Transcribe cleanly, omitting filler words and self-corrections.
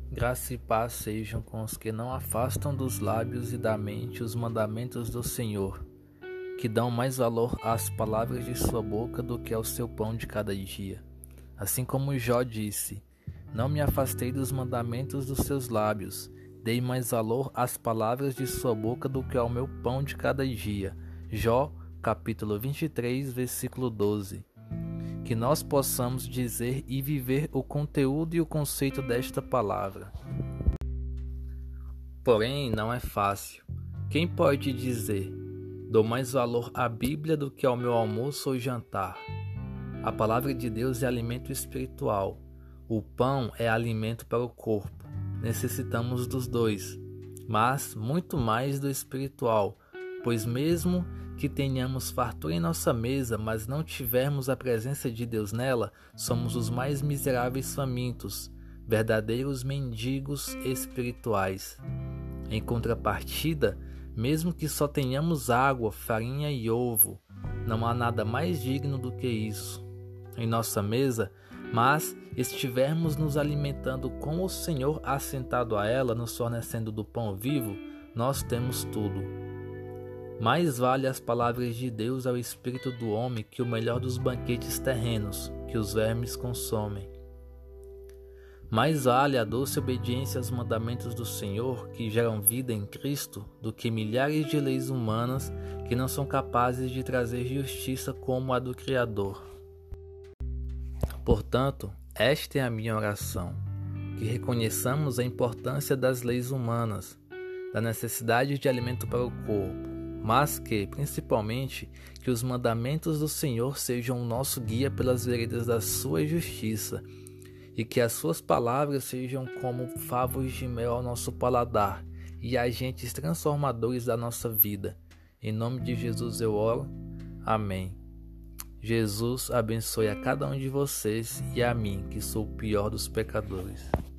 Graça e paz sejam com os que não afastam dos lábios e da mente os mandamentos do Senhor, que dão mais valor às palavras de sua boca do que ao seu pão de cada dia. Assim como Jó disse: não me afastei dos mandamentos dos seus lábios, dei mais valor às palavras de sua boca do que ao meu pão de cada dia. Jó, capítulo 23, versículo 12. Que nós possamos dizer e viver o conteúdo e o conceito desta palavra. Porém, não é fácil. Quem pode dizer: dou mais valor à Bíblia do que ao meu almoço ou jantar? A palavra de Deus é alimento espiritual. O pão é alimento para o corpo. Necessitamos dos dois, mas muito mais do espiritual, pois mesmo que tenhamos fartura em nossa mesa, mas não tivermos a presença de Deus nela, somos os mais miseráveis famintos, verdadeiros mendigos espirituais. Em contrapartida, mesmo que só tenhamos água, farinha e ovo, não há nada mais digno do que isso em nossa mesa, mas estivermos nos alimentando com o Senhor assentado a ela, nos fornecendo do pão vivo, nós temos tudo. Mais vale as palavras de Deus ao espírito do homem que o melhor dos banquetes terrenos, que os vermes consomem. Mais vale a doce obediência aos mandamentos do Senhor, que geram vida em Cristo, do que milhares de leis humanas que não são capazes de trazer justiça como a do Criador. Portanto, esta é a minha oração, que reconheçamos a importância das leis humanas, da necessidade de alimento para o corpo, mas que, principalmente, que os mandamentos do Senhor sejam o nosso guia pelas veredas da sua justiça, e que as suas palavras sejam como favos de mel ao nosso paladar e agentes transformadores da nossa vida. Em nome de Jesus eu oro. Amém. Jesus abençoe a cada um de vocês e a mim, que sou o pior dos pecadores.